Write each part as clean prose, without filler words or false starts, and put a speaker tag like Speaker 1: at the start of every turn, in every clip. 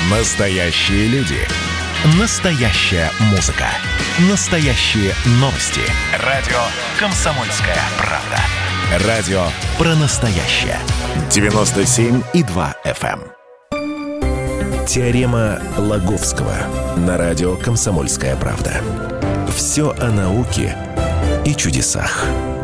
Speaker 1: Настоящие люди. Настоящая музыка. Настоящие новости. Радио «Комсомольская правда». Радио про настоящее. 97,2 FM. Теорема Лаговского на радио «Комсомольская правда». Все о науке и чудесах.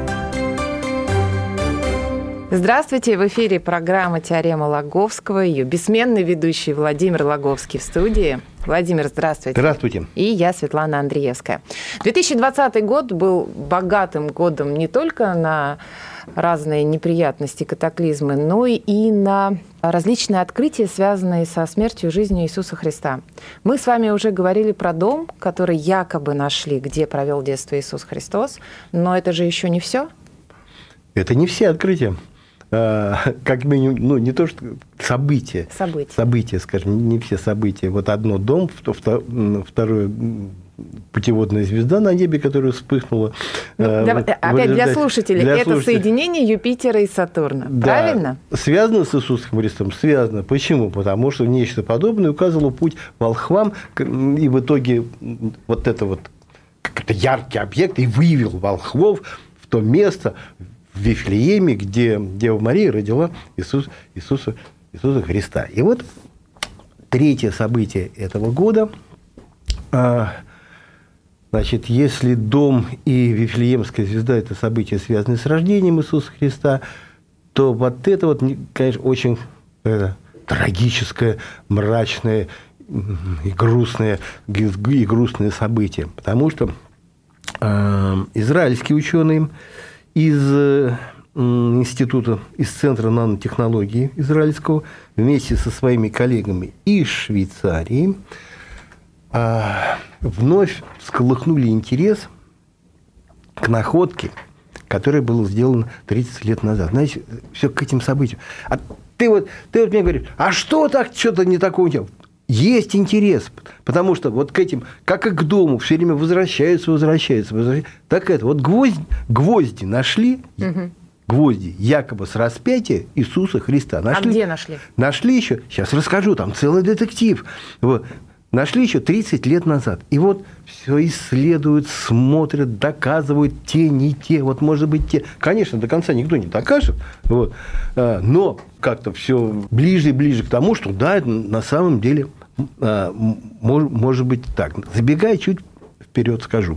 Speaker 2: Здравствуйте, в эфире программа «Теорема Лаговского», ее бессменный ведущий Владимир Лаговский в студии. Владимир, здравствуйте.
Speaker 3: Здравствуйте.
Speaker 2: И я, Светлана Андреевская. 2020 год был богатым годом не только на разные неприятности, катаклизмы, но и на различные открытия, связанные со смертью и жизнью Иисуса Христа. Мы с вами уже говорили про дом, который якобы нашли, где провел детство Иисус Христос, но это же еще не все. Это не все открытия. Как минимум, не то, что события, скажем, не все события. Вот одно дом, второе путеводная звезда на небе, которая вспыхнула. Опять для слушателей, это соединение Юпитера и Сатурна, да, правильно? Связано с Иисусом Христом? Связано. Почему? Потому что нечто подобное указывало путь волхвам, и в итоге вот это вот как-то яркий объект и вывел волхвов в то место, в Вифлееме, где Дева Мария родила Иисуса Христа. И вот третье событие этого года. Значит, если дом и Вифлеемская звезда – это события, связанные с рождением Иисуса Христа, то вот это вот, конечно, очень трагическое, мрачное и грустное событие. Потому что израильские ученые из института, из Центра нанотехнологий израильского вместе со своими коллегами из Швейцарии вновь всколыхнули интерес к находке, которая была сделана 30 лет назад. Знаете, все к этим событиям. А ты вот мне говоришь, а что так, что-то не такого делать? Есть интерес, потому что вот к этим, как и к дому, все время возвращаются. Так это, вот гвозди нашли, гвозди якобы с распятия Иисуса Христа. Нашли, а где нашли? Нашли еще, сейчас расскажу, там целый детектив. Вот. Нашли еще 30 лет назад. И вот все исследуют, смотрят, доказывают, те, не те. Вот, может быть, те. Конечно, до конца никто не докажет. Вот. Но как-то все ближе и ближе к тому, что да, на самом деле может быть так. Забегая чуть вперед, скажу.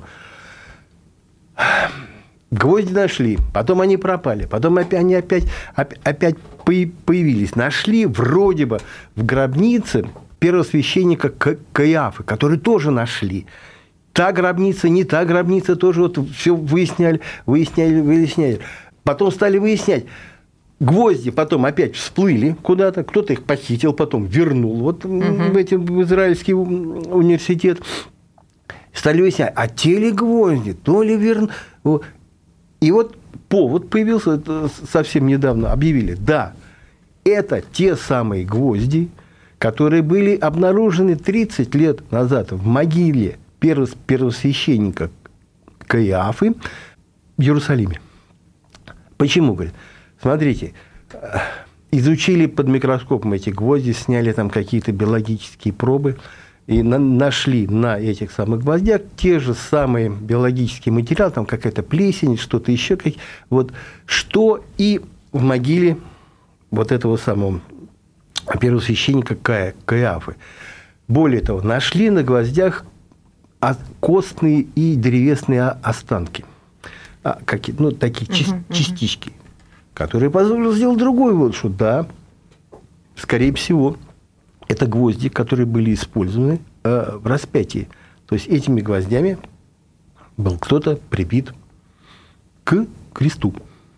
Speaker 2: Гвозди нашли, потом они пропали, потом они опять появились. Нашли вроде бы в гробнице первосвященника Каиафы, который тоже нашли. Та гробница, не та гробница, тоже вот все выясняли. Потом стали выяснять. Гвозди потом опять всплыли куда-то, кто-то их похитил, потом вернул в израильский университет. Стали выяснять, а те ли гвозди, то ли вернули. И вот повод появился совсем недавно, объявили, да, это те самые гвозди, которые были обнаружены 30 лет назад в могиле первосвященника Каиафы в Иерусалиме. Почему, говорят? Смотрите, изучили под микроскопом эти гвозди, сняли там какие-то биологические пробы и нашли на этих самых гвоздях те же самые биологические материалы, там какая-то плесень, что-то еще, вот, что и в могиле вот этого самого первосвященника Каиафы. Более того, нашли на гвоздях костные и древесные останки. Такие частички, которые позволили сделать другой вывод, что да, скорее всего, это гвозди, которые были использованы в распятии. То есть этими гвоздями был кто-то прибит к кресту.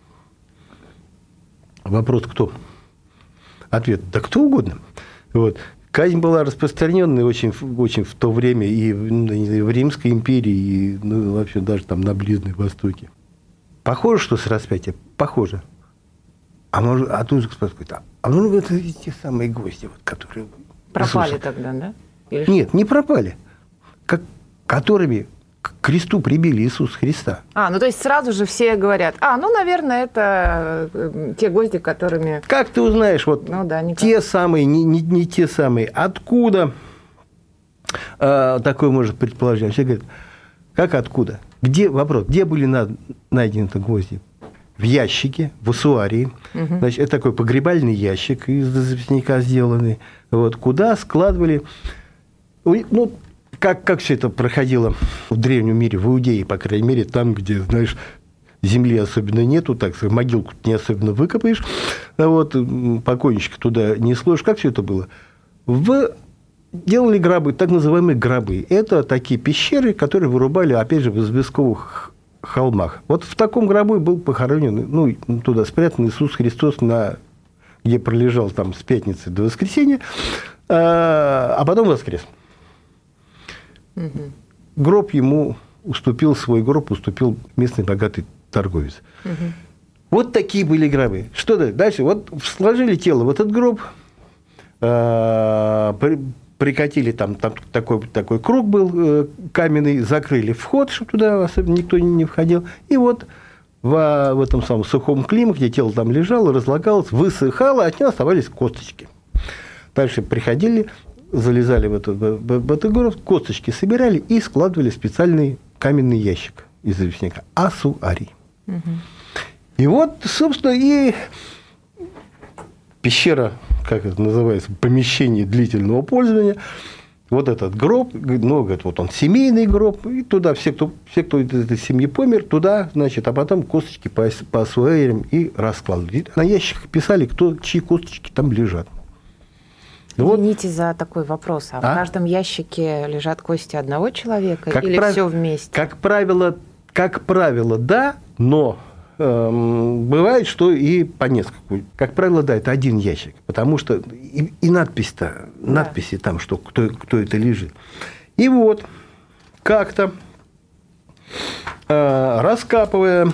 Speaker 2: Вопрос кто? Ответ – да кто угодно. Вот. Казнь была распространенной очень в то время и в Римской империи, и вообще даже там на Ближнем Востоке. Похоже, что с распятия? Похоже. А тут спрашивают, это те самые гвозди, которые... Пропали тогда, да?
Speaker 3: Нет, не пропали. Которыми
Speaker 2: к кресту прибили Иисуса Христа.
Speaker 3: Ну то есть сразу же все говорят, наверное, это те гвозди, которыми...
Speaker 2: Как ты узнаешь, те самые, не те самые, откуда такое может предположение? Все говорят, как откуда? Вопрос, где были найдены эти гвозди? В ящике, в ассуарии. Значит, это такой погребальный ящик из известняка сделанный. Куда складывали... Как все это проходило в древнем мире, в Иудее, по крайней мере, там, где, знаешь, земли особенно нету, так сказать, могилку не особенно выкопаешь, покойничка туда не сложишь. Как все это было? Делали гробы, так называемые гробы. Это такие пещеры, которые вырубали, опять же, в известковых холмах. В таком гробу был похоронен, туда спрятан Иисус Христос, где пролежал там с пятницы до воскресенья, а потом воскрес. Гроб ему свой гроб уступил местный богатый торговец. Вот такие были гробы. Что дальше? Сложили тело в этот гроб, прикатили, там такой круг был каменный, закрыли вход, чтобы туда особенно никто не входил. И в этом самом сухом климате, где тело там лежало, разлагалось, высыхало, от него оставались косточки. Дальше приходили, залезали в этот город, косточки собирали и складывали в специальный каменный ящик из известняка. Ассуарий. И собственно, и пещера, как это называется, помещение длительного пользования, этот гроб, говорят, он семейный гроб, и туда все, кто из этой семьи помер, туда, значит, а потом косточки по ассуариям и раскладывали. На ящиках писали, чьи косточки там лежат.
Speaker 3: Извините за такой вопрос. В каждом ящике лежат кости одного человека или все вместе?
Speaker 2: Как правило, да, но бывает, что и по нескольку. Как правило, да, это один ящик, потому что и надписи там, что кто это лежит. И как-то раскапывая,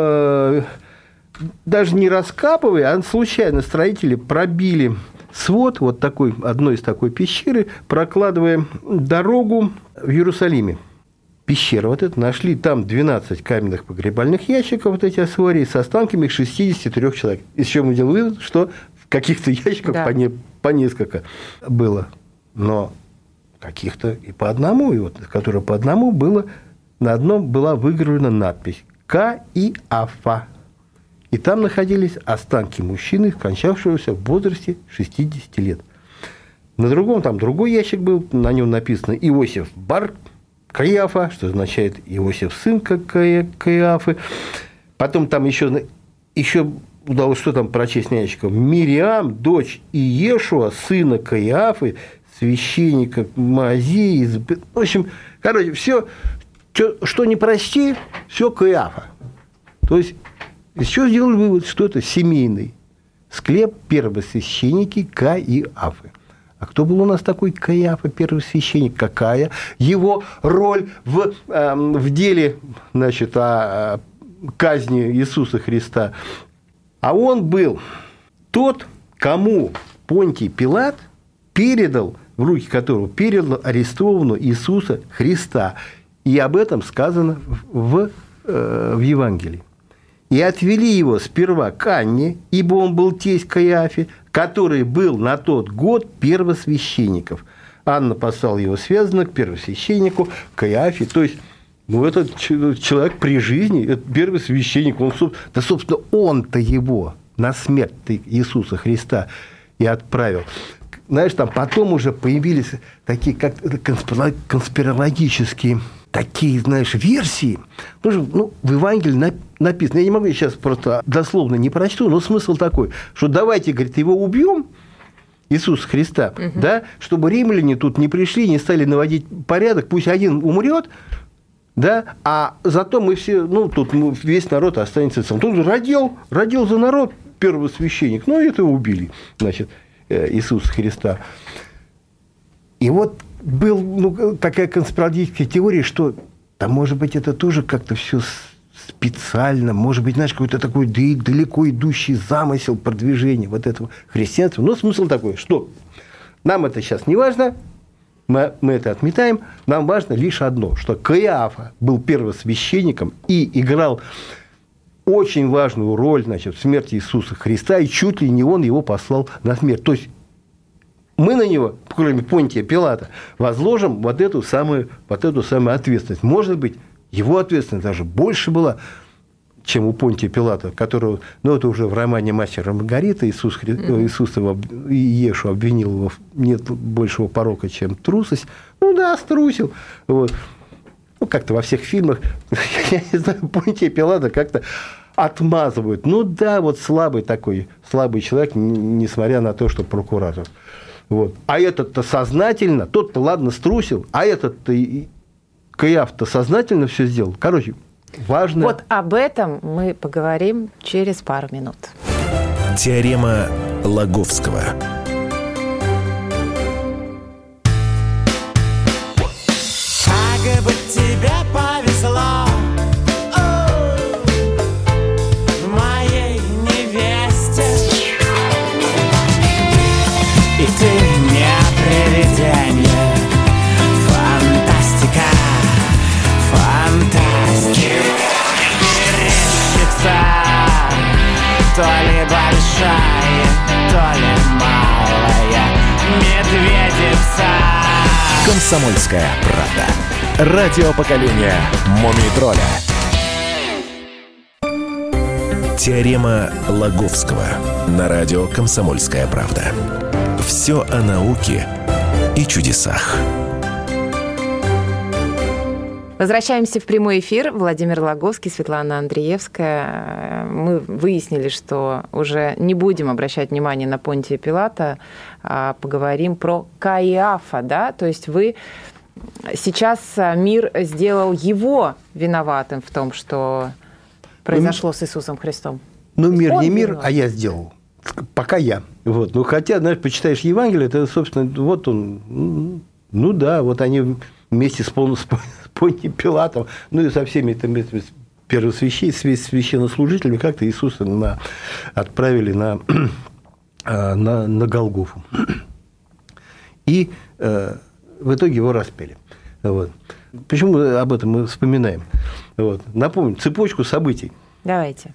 Speaker 2: даже не раскапывая, а случайно строители пробили свод одной из такой пещеры, прокладывая дорогу в Иерусалиме. Пещера эта, нашли там 12 каменных погребальных ящиков, эти ассуарии, с останками 63 человек. Из чего мы делаем вывод, что в каких-то ящиках по несколько было. Но каких-то и по одному, которые по одному было, на одном была выгравирована надпись «Каиафа». И там находились останки мужчины, скончавшегося в возрасте 60 лет. На другом, там другой ящик был, на нем написано «Иосиф бар Каиафа», что означает «Иосиф сын Каиафы». Потом там еще удалось что там прочесть на ящиках. «Мириам, дочь Иешуа, сына Каиафы, священника Маазии». В общем, все, что не прочти, все Каиафа. То есть, из чего сделали вывод, что это семейный склеп первосвященники Каиафы. А кто был у нас такой Каиафа, первосвященник? Какая его роль в деле, значит, о казни Иисуса Христа? А он был тот, кому Понтий Пилат передал, в руки которого передал арестованного Иисуса Христа. И об этом сказано в Евангелии. И отвели его сперва к Анне, ибо он был тесть Каиафе, который был на тот год первосвященников. Анна послала его связанно к первосвященнику Каиафе. То есть, этот человек при жизни, этот первосвященник, собственно, он-то его на смерть Иисуса Христа и отправил. Знаешь, там потом уже появились такие как конспирологические такие, знаешь, версии. В Евангелии написано, я не могу сейчас просто дословно не прочту, но смысл такой, что давайте, говорит, его убьем, Иисуса Христа, да, чтобы римляне тут не пришли, не стали наводить порядок, пусть один умрет, да, а зато мы все, тут весь народ останется сам. Тут родил за народ первосвященник, этого убили, значит, Иисуса Христа. И был такая конспирологическая теория, что, может быть, это тоже как-то все специально, может быть, знаешь, какой-то такой далеко идущий замысел продвижения этого христианства. Но смысл такой, что нам это сейчас не важно, мы это отметаем. Нам важно лишь одно, что Каиафа был первосвященником и играл очень важную роль, значит, в смерти Иисуса Христа, и чуть ли не он его послал на смерть. То есть мы на него, кроме Понтия Пилата, возложим вот эту самую ответственность. Может быть, его ответственность даже больше была, чем у Понтия Пилата, которого, это уже в романе «Мастер и Маргарита» Иисус его, Иешу обвинил его, нет большего порока, чем трусость. Струсил. Вот. Как-то во всех фильмах, я не знаю, Понтия Пилата как-то отмазывают. Слабый человек, несмотря на то, что прокуратор. Вот. А этот-то сознательно, тот-то, ладно, струсил, а этот-то Каиафа-то сознательно все сделал. Короче, важно.
Speaker 3: Вот об этом мы поговорим через пару минут.
Speaker 1: Теорема Лаговского.
Speaker 4: Как бы тебе повезло, моей невесте, и ты не привидение, фантастика, мерещится, то ли большая, то ли малая медведица.
Speaker 1: «Комсомольская правда». Радио поколения Мумий-тролля. Теорема Лаговского на радио «Комсомольская правда». Все о науке и чудесах.
Speaker 3: Возвращаемся в прямой эфир. Владимир Лаговский, Светлана Андреевская. Мы выяснили, что уже не будем обращать внимание на Понтия Пилата, а поговорим про Каиафа, да? То есть сейчас мир сделал его виноватым в том, что произошло с Иисусом Христом.
Speaker 2: Мир не мир, виноват, а я сделал. Пока я. Вот. Хотя, почитаешь Евангелие, это, собственно, вот он. Вот они вместе с Понтием Пилатом, и со всеми священнослужителями как-то Иисуса отправили на Голгофу. И в итоге его распяли. Вот. Почему об этом мы вспоминаем? Вот. Напомню цепочку событий.
Speaker 3: Давайте.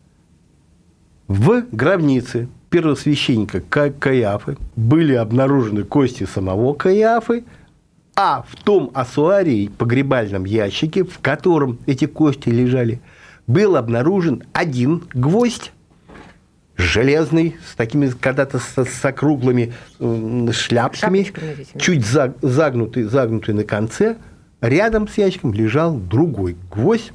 Speaker 2: В гробнице первосвященника Каиафы были обнаружены кости самого Каиафы, а в том ассуарии, погребальном ящике, в котором эти кости лежали, был обнаружен один гвоздь, железный, с такими когда-то с округлыми шляпками, чуть загнутый на конце. Рядом с ящиком лежал другой гвоздь.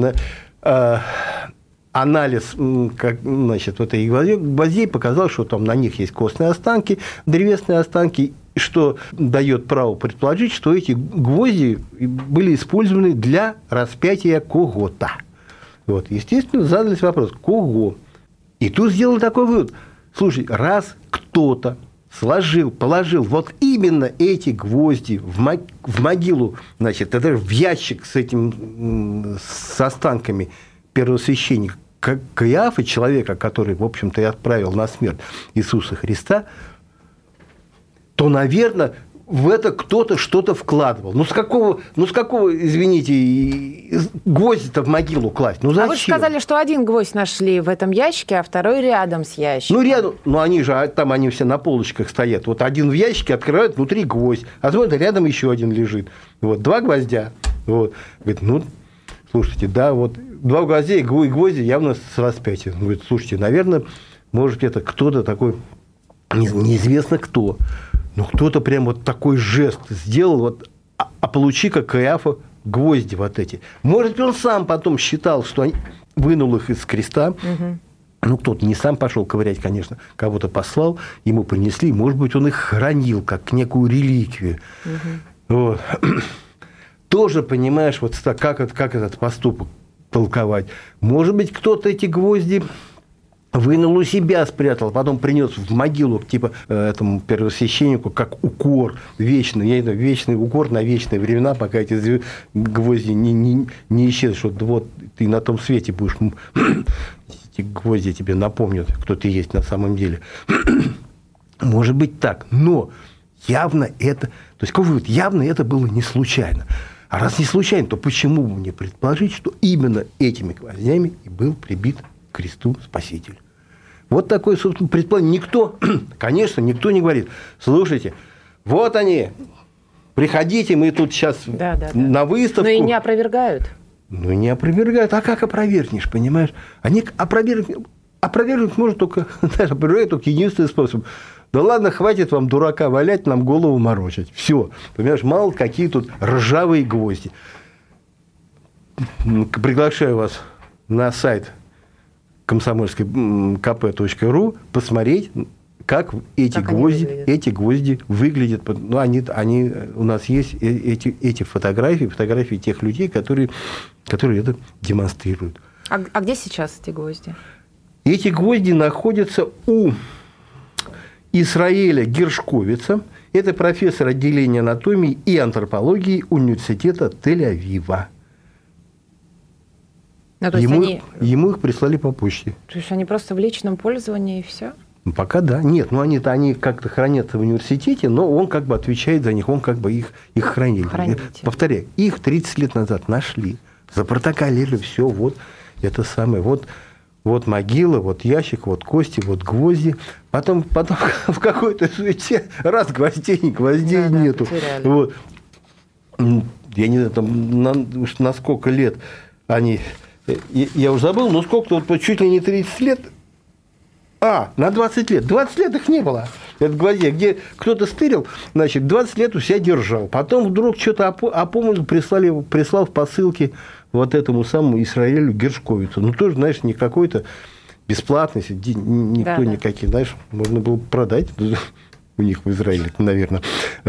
Speaker 2: Анализ этой гвоздей показал, что там на них есть костные останки, древесные останки, что дает право предположить, что эти гвозди были использованы для распятия кого-то. Вот. Естественно, задались вопрос, кого? И тут сделали такой вывод. Слушай, раз кто-то положил вот именно эти гвозди в могилу, это в ящик с останками первосвященника Каиафы, человека, который, в общем-то, и отправил на смерть Иисуса Христа, то, наверное, в это кто-то что-то вкладывал. С какого, извините, гвозди-то в могилу класть? Зачем?
Speaker 3: А вы же сказали, что один гвоздь нашли в этом ящике, а второй рядом с ящиком.
Speaker 2: Рядом, они все на полочках стоят. Вот один в ящике открывают, внутри гвоздь, а смотрите, рядом еще один лежит. Вот, 2 гвоздя. Вот. Говорит, слушайте, да, вот 2 гвоздя и гвозди явно с распятием. Говорит, слушайте, наверное, может, это кто-то такой, неизвестно кто, но кто-то прям вот такой жест сделал, а получи-ка Каиафа гвозди вот эти. Может, он сам потом считал, что вынул их из креста. Угу. Кто-то не сам пошел ковырять, конечно, кого-то послал, ему принесли. Может быть, он их хранил как некую реликвию. Угу. Вот. Тоже, понимаешь, как этот поступок толковать. Может быть, кто-то эти гвозди вынул у себя, спрятал, потом принес в могилу, этому первосвященнику, как укор вечный, вечный укор на вечные времена, пока эти гвозди не исчезнут, что вот ты на том свете будешь, эти гвозди тебе напомнят, кто ты есть на самом деле. Может быть так, но явно это... То есть, какой вывод? Явно это было не случайно. А раз не случайно, то почему бы мне предположить, что именно этими гвоздями и был прибит к кресту Спаситель? Вот такое, собственно, предположение. Никто, конечно, никто не говорит, слушайте, вот они, приходите, мы тут сейчас на выставку.
Speaker 3: Но и не опровергают.
Speaker 2: Ну, не опровергают. А как опровергнешь, понимаешь? Они опровергнуть можно только, даже опровергают только единственный способ. Да ладно, хватит вам, дурака, валять, нам голову морочить. Все. Понимаешь, мало какие тут ржавые гвозди. Приглашаю вас на сайт комсомольской.kp.ru посмотреть, как эти гвозди выглядят. Ну, они, у нас есть эти фотографии тех людей, которые это демонстрируют.
Speaker 3: А где сейчас эти гвозди?
Speaker 2: Эти гвозди находятся у Исраэля Гершковица. Это профессор отделения анатомии и антропологии университета Тель-Авива.
Speaker 3: Ну, то есть
Speaker 2: ему их прислали по почте.
Speaker 3: То есть они просто в личном пользовании и все?
Speaker 2: Пока да. Нет, ну они как-то хранятся в университете, но он как бы отвечает за них, он как бы их хранитель. Повторяю, их 30 лет назад нашли, запротоколировали, все, вот это самое, вот могила, вот ящик, вот кости, вот гвозди. Потом в какой-то суете раз гвоздей нету. Вот. Я не знаю, там на сколько лет они... Я уже забыл, но сколько-то, вот чуть ли не 30 лет... на 20 лет. 20 лет их не было. Это гвоздей. Где кто-то стырил, значит, 20 лет у себя держал. Потом вдруг что-то опомнил, прислал в посылке вот этому самому Исраэлю Гершковицу. Ну, тоже, знаешь, не какой-то бесплатности, никто никаких, знаешь, можно было продать у них в Израиле, наверное,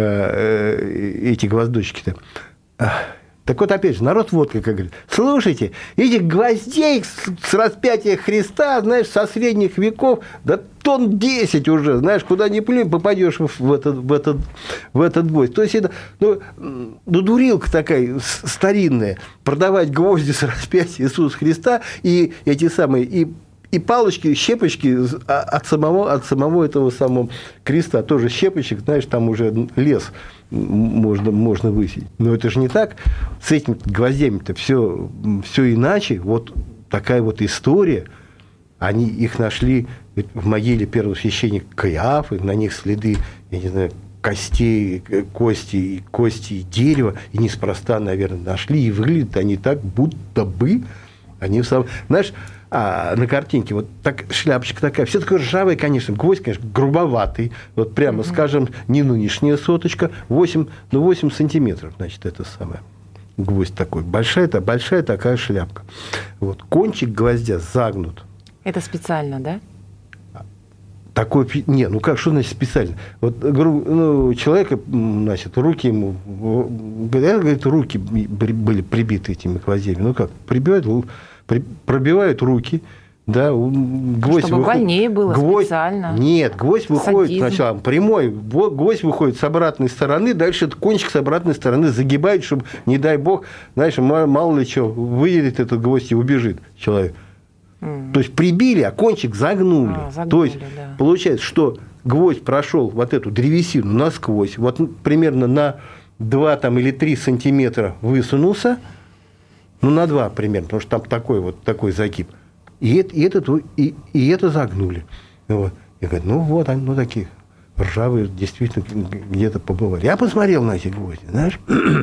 Speaker 2: эти гвоздочки-то. Так вот, опять же, народ вот как говорит, слушайте, этих гвоздей с распятия Христа, знаешь, со средних веков, да тонн 10 уже, знаешь, куда ни плюнь, попадешь в этот гвоздь. То есть, это, дурилка такая старинная, продавать гвозди с распятия Иисуса Христа и эти самые, и палочки, щепочки от самого этого самого креста, тоже щепочек, знаешь, там уже лес можно высечь. Но это же не так. С этими гвоздями-то все иначе. Вот такая вот история. Они их нашли в могиле первого священника Каиафы, на них следы, я не знаю, костей, кости и дерева. И неспроста, наверное, нашли. И выглядят они так, будто бы они в самом... Знаешь, на картинке вот так, шляпочка такая, все такое ржавое, конечно, гвоздь, конечно, грубоватый, вот прямо, скажем, не нынешняя соточка, 8 сантиметров, значит, это самое, гвоздь такой, большая такая шляпка. Вот, кончик гвоздя загнут. Это специально, да? Такой, не, ну как, что значит специально? Вот человека, значит, руки ему, говорит, руки были прибиты этими гвоздями, ну как, пробивают руки, да, гвоздь
Speaker 3: чтобы больнее было специально.
Speaker 2: Нет, гвоздь выходит сначала прямой, гвоздь выходит с обратной стороны, дальше этот кончик с обратной стороны загибает, чтобы, не дай бог, знаешь, мало ли что, выедет этот гвоздь и убежит человек. То есть прибили, а кончик загнули. То есть получается, что гвоздь прошел вот эту древесину насквозь, вот примерно на 2 или 3 сантиметра высунулся, на 2 примерно, потому что там такой загиб. И это загнули. Вот. Я говорю, они такие ржавые, действительно где-то побывали. Я посмотрел на эти гвозди, знаешь,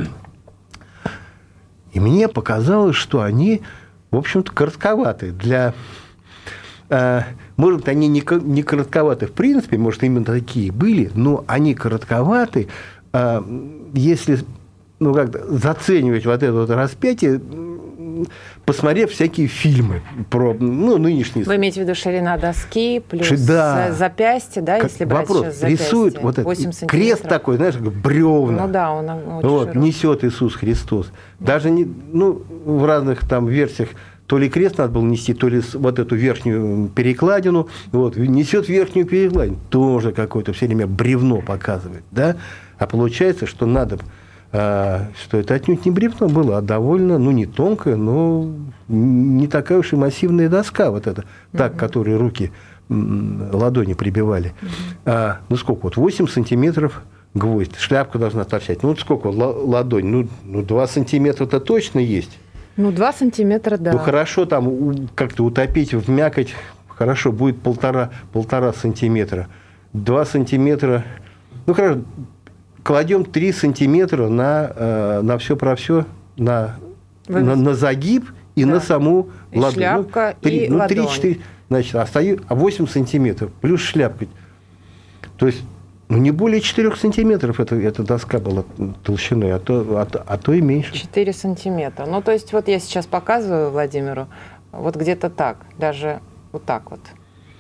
Speaker 2: и мне показалось, что они, в общем-то, коротковаты для... Может, они не коротковаты в принципе, может, именно такие были, но они коротковаты, если заценивать вот это вот распятие, посмотрев всякие фильмы про нынешние... Вы имеете в виду ширина доски плюс запястье, да, если брать сейчас запястье? Рисует вот этот крест такой, знаешь, бревна. Ну да, он очень широкий. Несет Иисус Христос. Даже в разных там версиях то ли крест надо было нести, то ли вот эту верхнюю перекладину. Вот, несет верхнюю перекладину. Тоже какое-то все время бревно показывает, да? А получается, что что это отнюдь не бревно было, а довольно, не тонкая, но не такая уж и массивная доска, вот эта, к которой руки ладони прибивали. Сколько? 8 сантиметров гвоздь, шляпка должна торчать. Ну, вот сколько, ладонь? Ну, 2 сантиметра-то точно есть.
Speaker 3: Ну, 2 сантиметра, да.
Speaker 2: Ну, хорошо там как-то утопить в мякоть, хорошо, будет 1,5 сантиметра. 2 сантиметра, ну, хорошо, кладем 3 сантиметра на все про все, на загиб и на саму
Speaker 3: и
Speaker 2: ладонь.
Speaker 3: Шляпка, и ладонь.
Speaker 2: 3-4, значит, 8 сантиметров плюс шляпка. То есть, не более 4 сантиметров эта доска была толщиной, а то и меньше.
Speaker 3: 4 сантиметра. Ну, то есть, вот я сейчас показываю Владимиру, вот где-то так, даже вот так вот.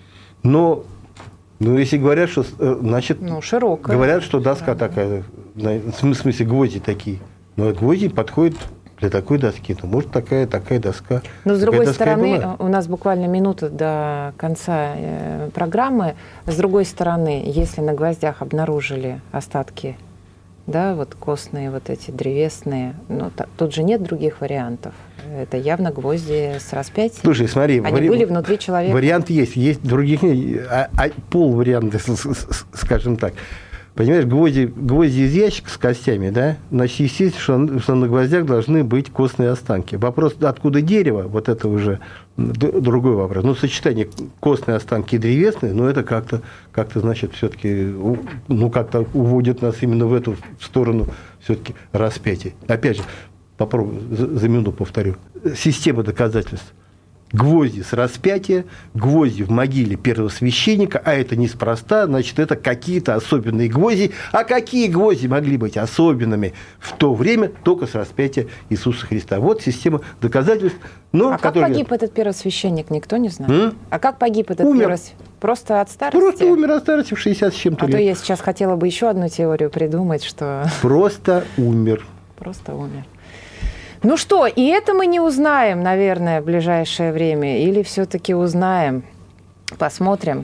Speaker 2: Но, если говорят, что, значит,
Speaker 3: широкая.
Speaker 2: Говорят, что доска такая, в смысле, гвозди такие. Но гвозди подходят для такой доски. Ну, может, такая доска.
Speaker 3: Но, с другой стороны, у нас буквально минута до конца программы. С другой стороны, если на гвоздях обнаружили остатки, да, вот костные, вот эти древесные, ну, тут же нет других вариантов. Это явно гвозди с распятием.
Speaker 2: Слушай, смотри.
Speaker 3: Они были внутри человека.
Speaker 2: Вариант есть других нет. Полварианта, скажем так. Понимаешь, гвозди из ящика с костями, да? Значит, естественно, что на гвоздях должны быть костные останки. Вопрос, откуда дерево, вот это уже другой вопрос. Ну, сочетание костные останки и древесные, но это как-то значит, все-таки, как-то уводит нас именно в эту сторону все-таки распятия. Опять же, попробую, за минуту повторю. Система доказательств. Гвозди с распятия, гвозди в могиле первосвященника, а это неспроста, значит, это какие-то особенные гвозди. А какие гвозди могли быть особенными в то время только с распятия Иисуса Христа? Вот система доказательств.
Speaker 3: Как погиб этот первосвященник, никто не знает? А как погиб этот первосвященник? Просто от старости?
Speaker 2: Просто умер от старости в 60 с чем-то лет.
Speaker 3: А то я сейчас хотела бы еще одну теорию придумать, что...
Speaker 2: Просто умер.
Speaker 3: Просто умер. Ну что, и это мы не узнаем, наверное, в ближайшее время? Или все-таки узнаем? Посмотрим.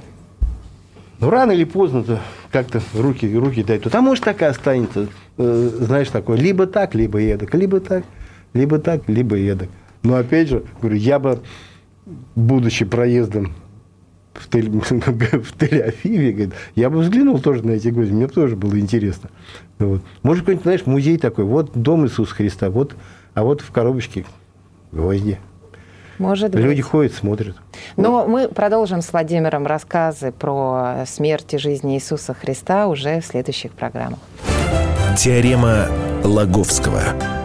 Speaker 2: Ну, рано или поздно-то как-то руки дойдут. А может, так и останется, знаешь, такое, либо так, либо эдак, либо так, либо эдак. Но, опять же, говорю, я бы, будучи проездом в Тель-Авиве, говорит, я бы взглянул тоже на эти гвозди, мне тоже было интересно. Вот. Может, какой-нибудь, знаешь, музей такой, вот дом Иисуса Христа, а вот в коробочке гвозди.
Speaker 3: Может быть.
Speaker 2: Люди ходят, смотрят.
Speaker 3: Но мы продолжим с Владимиром рассказы про смерть и жизнь Иисуса Христа уже в следующих программах.
Speaker 1: Теорема Лаговского.